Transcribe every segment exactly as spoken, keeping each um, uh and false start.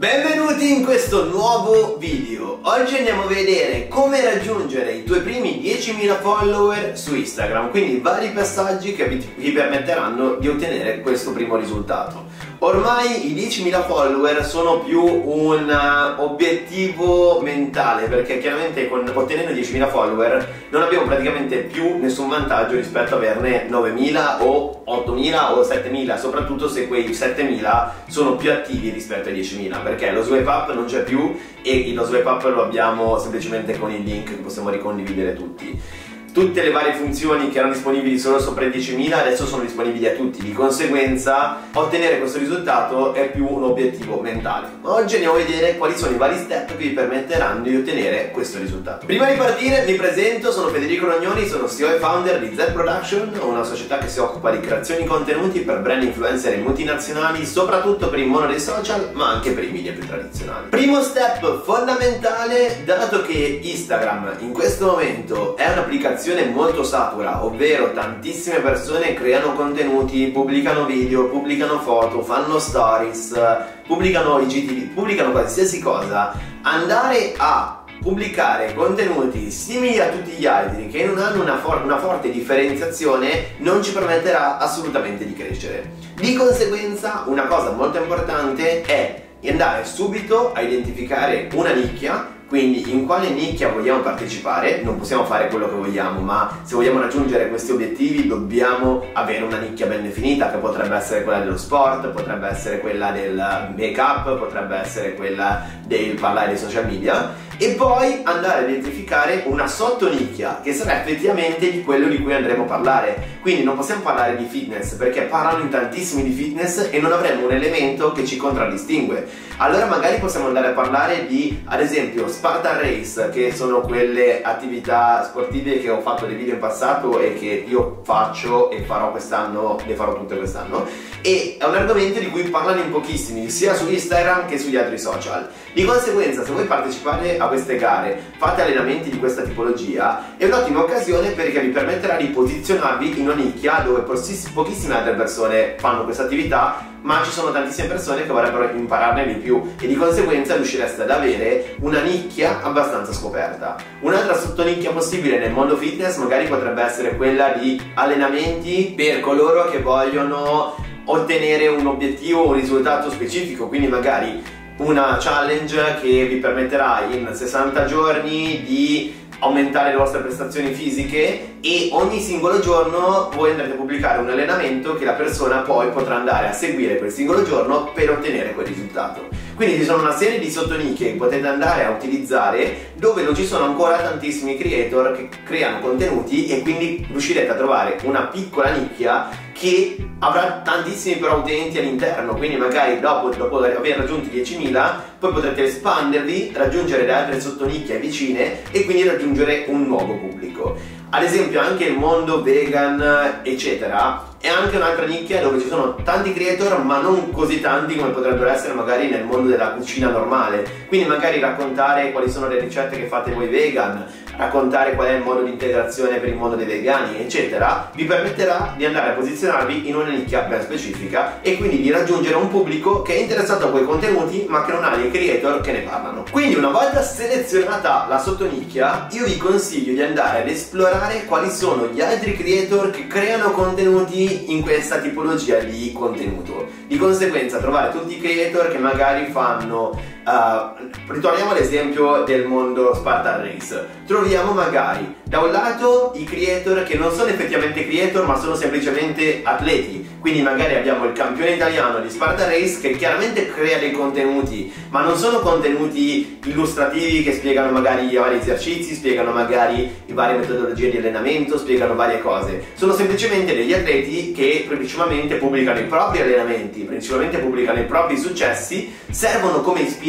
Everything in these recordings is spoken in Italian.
Benvenuti in questo nuovo video. Oggi andiamo a vedere come raggiungere i tuoi primi diecimila follower su Instagram, quindi vari passaggi che vi, vi permetteranno di ottenere questo primo risultato. Ormai i diecimila follower sono più un uh, obiettivo mentale, perché chiaramente con, ottenendo diecimila follower non abbiamo praticamente più nessun vantaggio rispetto a averne novemila o ottomila o settemila, soprattutto se quei settemila sono più attivi rispetto ai diecimila, perché lo swipe up non c'è più e lo swipe up lo abbiamo semplicemente con il link che possiamo ricondividere tutti. Tutte le varie funzioni che erano disponibili solo sopra i diecimila adesso sono disponibili a tutti, di conseguenza ottenere questo risultato è più un obiettivo mentale. Oggi andiamo a vedere quali sono i vari step che vi permetteranno di ottenere questo risultato. Prima di partire mi presento, sono Federico Rognoni, sono C E O e founder di Z Production, una società che si occupa di creazione di contenuti per brand influencer e multinazionali, soprattutto per il mondo dei social ma anche per i media più tradizionali. Primo step fondamentale, dato che Instagram in questo momento è un'applicazione molto satura, ovvero tantissime persone creano contenuti, pubblicano video, pubblicano foto, fanno stories, pubblicano I G T V, pubblicano qualsiasi cosa, andare a pubblicare contenuti simili a tutti gli altri che non hanno una, for una forte differenziazione non ci permetterà assolutamente di crescere. Di conseguenza una cosa molto importante è andare subito a identificare una nicchia. Quindi in quale nicchia vogliamo partecipare? Non possiamo fare quello che vogliamo, ma se vogliamo raggiungere questi obiettivi dobbiamo avere una nicchia ben definita, che potrebbe essere quella dello sport, potrebbe essere quella del make up, potrebbe essere quella del parlare dei social media, e poi andare a identificare una sottonicchia che sarà effettivamente di quello di cui andremo a parlare. Quindi non possiamo parlare di fitness perché parlano in tantissimi di fitness e non avremo un elemento che ci contraddistingue. Allora magari possiamo andare a parlare di, ad esempio, Spartan Race, che sono quelle attività sportive che ho fatto dei video in passato e che io faccio e farò quest'anno, le farò tutte quest'anno, e è un argomento di cui parlano in pochissimi, sia su Instagram che sugli altri social. Di conseguenza, se vuoi partecipare a queste gare, fate allenamenti di questa tipologia, è un'ottima occasione perché vi permetterà di posizionarvi in una nicchia dove pochissime altre persone fanno questa attività, ma ci sono tantissime persone che vorrebbero impararne di più e di conseguenza riuscireste ad avere una nicchia abbastanza scoperta. Un'altra sottonicchia possibile nel mondo fitness magari potrebbe essere quella di allenamenti per coloro che vogliono ottenere un obiettivo, un risultato specifico, quindi magari una challenge che vi permetterà in sessanta giorni di aumentare le vostre prestazioni fisiche, e ogni singolo giorno voi andrete a pubblicare un allenamento che la persona poi potrà andare a seguire quel singolo giorno per ottenere quel risultato. Quindi ci sono una serie di sottonicchie che potete andare a utilizzare dove non ci sono ancora tantissimi creator che creano contenuti, e quindi riuscirete a trovare una piccola nicchia che avrà tantissimi però utenti all'interno. Quindi magari dopo, dopo aver raggiunto i diecimila poi potrete espandervi, raggiungere le altre sottonicchie vicine e quindi raggiungere un nuovo pubblico. Ad esempio anche il mondo vegan eccetera è anche un'altra nicchia dove ci sono tanti creator ma non così tanti come potrebbero essere magari nel mondo della cucina normale. Quindi magari raccontare quali sono le ricette che fate voi vegan, raccontare qual è il modo di integrazione per il mondo dei vegani eccetera, vi permetterà di andare a posizionarvi in una nicchia ben specifica e quindi di raggiungere un pubblico che è interessato a quei contenuti ma che non ha dei creator che ne parlano. Quindi una volta selezionata la sottonicchia io vi consiglio di andare ad esplorare quali sono gli altri creator che creano contenuti in questa tipologia di contenuto. Di conseguenza trovare tutti i creator che magari fanno Uh, ritorniamo all'esempio del mondo Spartan Race. Troviamo magari da un lato i creator che non sono effettivamente creator ma sono semplicemente atleti, quindi magari abbiamo il campione italiano di Spartan Race che chiaramente crea dei contenuti ma non sono contenuti illustrativi che spiegano magari i vari esercizi, spiegano magari le varie metodologie di allenamento, spiegano varie cose. Sono semplicemente degli atleti che principalmente pubblicano i propri allenamenti, principalmente pubblicano i propri successi, servono come ispirazione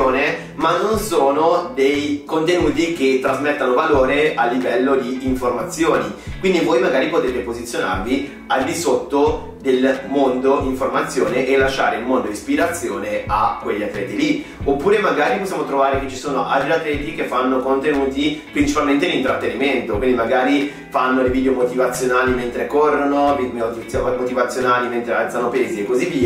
ma non sono dei contenuti che trasmettano valore a livello di informazioni. Quindi voi magari potete posizionarvi al di sotto del mondo informazione e lasciare il mondo ispirazione a quegli atleti lì. Oppure magari possiamo trovare che ci sono altri atleti che fanno contenuti principalmente di intrattenimento, quindi magari fanno dei video motivazionali mentre corrono, video motivazionali mentre alzano pesi e così via,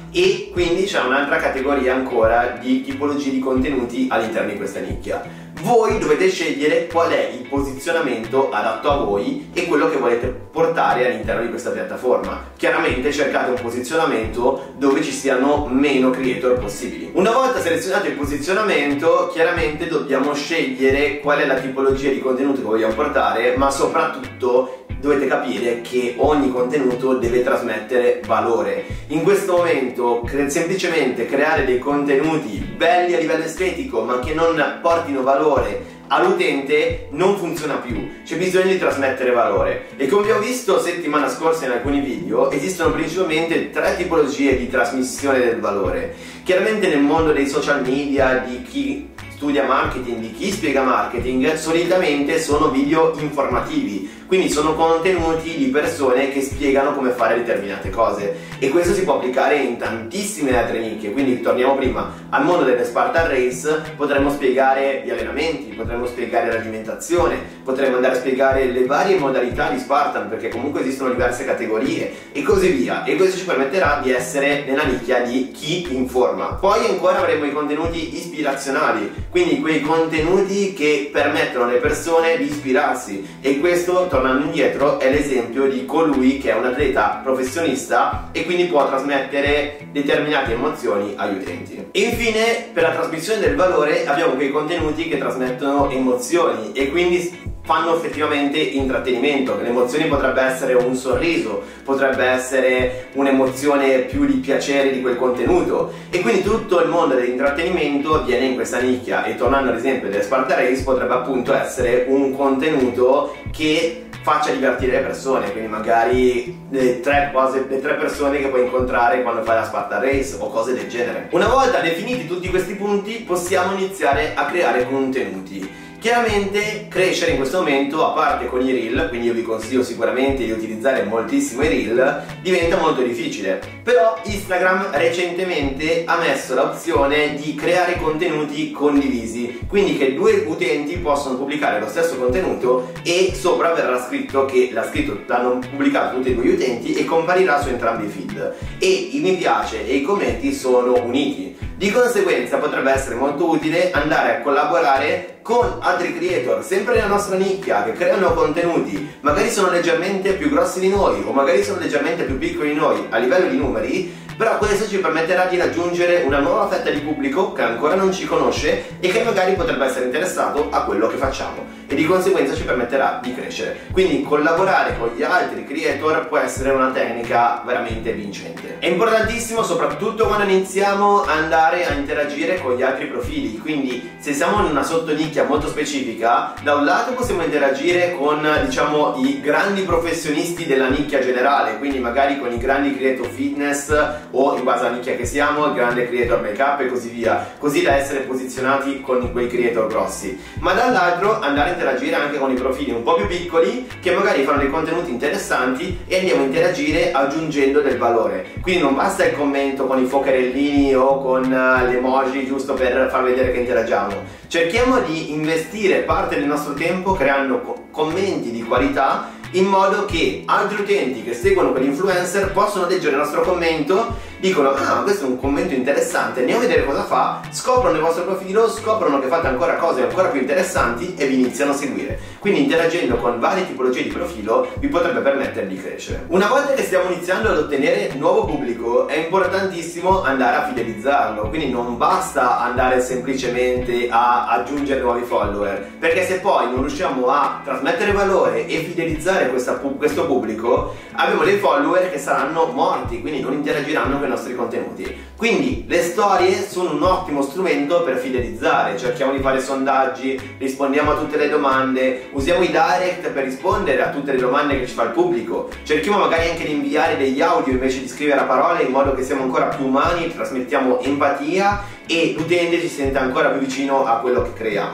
e quindi c'è un'altra categoria ancora di tipologie di contenuti all'interno di questa nicchia. Voi dovete scegliere qual è il posizionamento adatto a voi e quello che volete portare all'interno di questa piattaforma. Chiaramente cercate un posizionamento dove ci siano meno creator possibili. Una volta selezionato il posizionamento, chiaramente dobbiamo scegliere qual è la tipologia di contenuto che vogliamo portare, ma soprattutto dovete capire che ogni contenuto deve trasmettere valore. In questo momento cre- semplicemente creare dei contenuti belli a livello estetico ma che non portino valore all'utente non funziona più, c'è bisogno di trasmettere valore. E come vi ho visto settimana scorsa in alcuni video, esistono principalmente tre tipologie di trasmissione del valore. Chiaramente nel mondo dei social media, di chi studia marketing, di chi spiega marketing, solitamente sono video informativi, quindi sono contenuti di persone che spiegano come fare determinate cose, e questo si può applicare in tantissime altre nicchie. Quindi torniamo prima al mondo delle Spartan Race, potremmo spiegare gli allenamenti, potremmo spiegare l'alimentazione, potremmo andare a spiegare le varie modalità di Spartan, perché comunque esistono diverse categorie e così via, e questo ci permetterà di essere nella nicchia di chi informa. Poi ancora avremo i contenuti ispirazionali, quindi quei contenuti che permettono alle persone di ispirarsi, e questo, tornando indietro, è l'esempio di colui che è un atleta professionista e quindi può trasmettere determinate emozioni agli utenti. E infine, per la trasmissione del valore abbiamo quei contenuti che trasmettono emozioni e quindi fanno effettivamente intrattenimento. Le emozioni potrebbe essere un sorriso, potrebbe essere un'emozione più di piacere di quel contenuto, e quindi tutto il mondo dell'intrattenimento avviene in questa nicchia. E tornando all'esempio delle Spartan Race, potrebbe appunto essere un contenuto che faccia divertire le persone, quindi magari le tre cose, le tre persone che puoi incontrare quando fai la Spartan Race o cose del genere. Una volta definiti tutti questi punti, possiamo iniziare a creare contenuti. Chiaramente crescere in questo momento, a parte con i reel, quindi io vi consiglio sicuramente di utilizzare moltissimo i reel, diventa molto difficile. Però Instagram recentemente ha messo l'opzione di creare contenuti condivisi, quindi che due utenti possono pubblicare lo stesso contenuto e sopra verrà scritto che l'ha scritto, l'hanno pubblicato tutti e due gli utenti e comparirà su entrambi i feed, e i mi piace e i commenti sono uniti. Di conseguenza potrebbe essere molto utile andare a collaborare con altri creator, sempre nella nostra nicchia, che creano contenuti, magari sono leggermente più grossi di noi o magari sono leggermente più piccoli di noi a livello di numeri, però questo ci permetterà di raggiungere una nuova fetta di pubblico che ancora non ci conosce e che magari potrebbe essere interessato a quello che facciamo, e di conseguenza ci permetterà di crescere. Quindi collaborare con gli altri creator può essere una tecnica veramente vincente. È importantissimo soprattutto quando iniziamo a andare a interagire con gli altri profili, quindi se siamo in una sottonicchia molto specifica, da un lato possiamo interagire con, diciamo, i grandi professionisti della nicchia generale, quindi magari con i grandi creator fitness o, in base alla nicchia che siamo, il grande creator make up e così via, così da essere posizionati con quei creator grossi, ma dall'altro andare a interagire anche con i profili un po' più piccoli che magari fanno dei contenuti interessanti e andiamo a interagire aggiungendo del valore. Quindi non basta il commento con i focherellini o con l'emoji giusto per far vedere che interagiamo, cerchiamo di investire parte del nostro tempo creando co commenti di qualità, in modo che altri utenti che seguono quell'influencer possono leggere il nostro commento, dicono: ah, questo è un commento interessante, andiamo a vedere cosa fa, scoprono il vostro profilo, scoprono che fate ancora cose ancora più interessanti e vi iniziano a seguire. Quindi interagendo con varie tipologie di profilo vi potrebbe permettere di crescere. Una volta che stiamo iniziando ad ottenere nuovo pubblico è importantissimo andare a fidelizzarlo, quindi non basta andare semplicemente a aggiungere nuovi follower, perché se poi non riusciamo a trasmettere valore e fidelizzare Questa, questo pubblico, abbiamo dei follower che saranno morti, quindi non interagiranno con i nostri contenuti. Quindi le storie sono un ottimo strumento per fidelizzare, cerchiamo di fare sondaggi, rispondiamo a tutte le domande, usiamo i direct per rispondere a tutte le domande che ci fa il pubblico, cerchiamo magari anche di inviare degli audio invece di scrivere a parole, in modo che siamo ancora più umani, trasmettiamo empatia e l'utente ci sente ancora più vicino a quello che creiamo.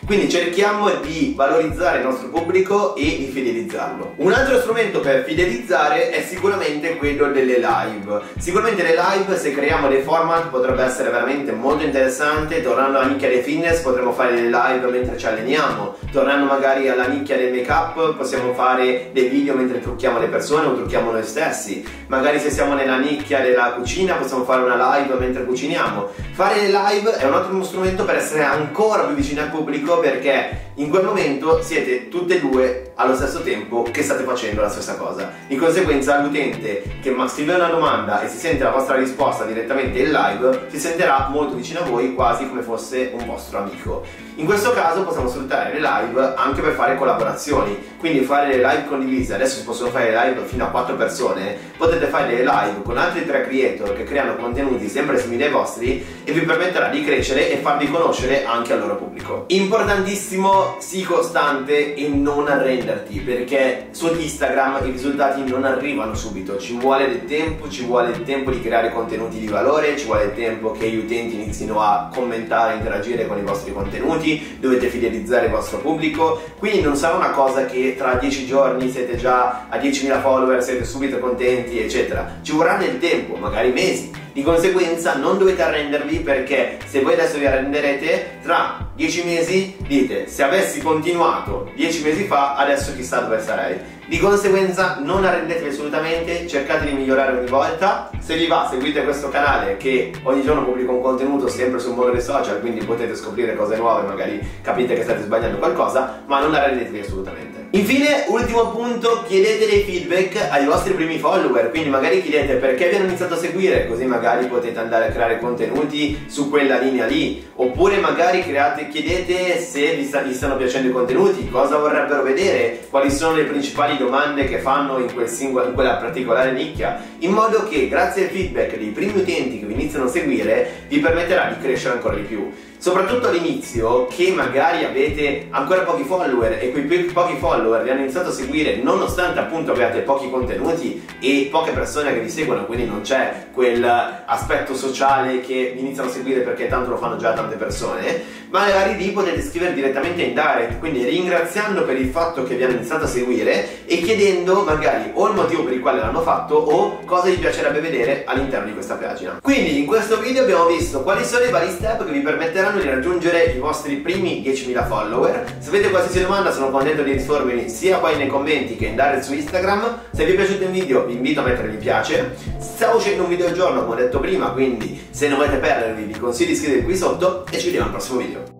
Quindi cerchiamo di valorizzare il nostro pubblico e di fidelizzarlo. Un altro strumento per fidelizzare è sicuramente quello delle live. Sicuramente le live, se creiamo dei format, potrebbe essere veramente molto interessante. Tornando alla nicchia dei fitness, potremmo fare delle live mentre ci alleniamo. Tornando magari alla nicchia del make up, possiamo fare dei video mentre trucchiamo le persone o trucchiamo noi stessi. Magari se siamo nella nicchia della cucina, possiamo fare una live mentre cuciniamo. Fare le live è un ottimo strumento per essere ancora più vicini al pubblico, perché in quel momento siete tutte e due allo stesso tempo che state facendo la stessa cosa. Di conseguenza l'utente che scrive una domanda e si sente la vostra risposta direttamente in live si sentirà molto vicino a voi, quasi come fosse un vostro amico. In questo caso possiamo sfruttare le live anche per fare collaborazioni, quindi fare le live condivise. Adesso si possono fare le live fino a quattro persone, potete fare delle live con altri tre creator che creano contenuti sempre simili ai vostri e vi permetterà di crescere e farvi conoscere anche al loro pubblico. Importantissimo, sii costante e non arrenderti, perché su Instagram i risultati non arrivano subito, ci vuole del tempo, ci vuole il tempo di creare contenuti di valore, ci vuole il tempo che gli utenti inizino a commentare e interagire con i vostri contenuti, dovete fidelizzare il vostro pubblico, quindi non sarà una cosa che tra dieci giorni siete già a diecimila follower, siete subito contenti eccetera, ci vorrà del tempo, magari mesi. Di conseguenza non dovete arrendervi, perché se voi adesso vi arrenderete, tra dieci mesi dite: se avessi continuato dieci mesi fa, adesso chissà dove sarei. Di conseguenza non arrendetevi assolutamente, cercate di migliorare ogni volta. Se vi va, seguite questo canale che ogni giorno pubblico un contenuto sempre sul mondo dei social, quindi potete scoprire cose nuove, magari capite che state sbagliando qualcosa, ma non arrendetevi assolutamente. Infine, ultimo punto, chiedete dei feedback ai vostri primi follower, quindi magari chiedete perché vi hanno iniziato a seguire, così magari potete andare a creare contenuti su quella linea lì, oppure magari create, chiedete se vi, sta, vi stanno piacendo i contenuti, cosa vorrebbero vedere, quali sono le principali domande che fanno in, quel singolo, in quella particolare nicchia, in modo che grazie al feedback dei primi utenti che vi iniziano a seguire vi permetterà di crescere ancora di più. Soprattutto all'inizio, che magari avete ancora pochi follower e quei pochi follower vi hanno iniziato a seguire nonostante appunto abbiate pochi contenuti e poche persone che vi seguono, quindi non c'è quell'aspetto sociale che vi iniziano a seguire perché tanto lo fanno già tante persone, magari lì potete scrivere direttamente in direct, quindi ringraziando per il fatto che vi hanno iniziato a seguire e chiedendo magari o il motivo per il quale l'hanno fatto o cosa vi piacerebbe vedere all'interno di questa pagina. Quindi in questo video abbiamo visto quali sono i vari step che vi permetteranno di raggiungere i vostri primi diecimila follower. Se avete qualsiasi domanda sono contento di rispondervi sia poi nei commenti che in direct su Instagram. Se vi è piaciuto il video vi invito a mettere mi piace. Sta uscendo un video al giorno come ho detto prima, quindi se non volete perdervi vi consiglio di iscrivervi qui sotto e ci vediamo al prossimo video.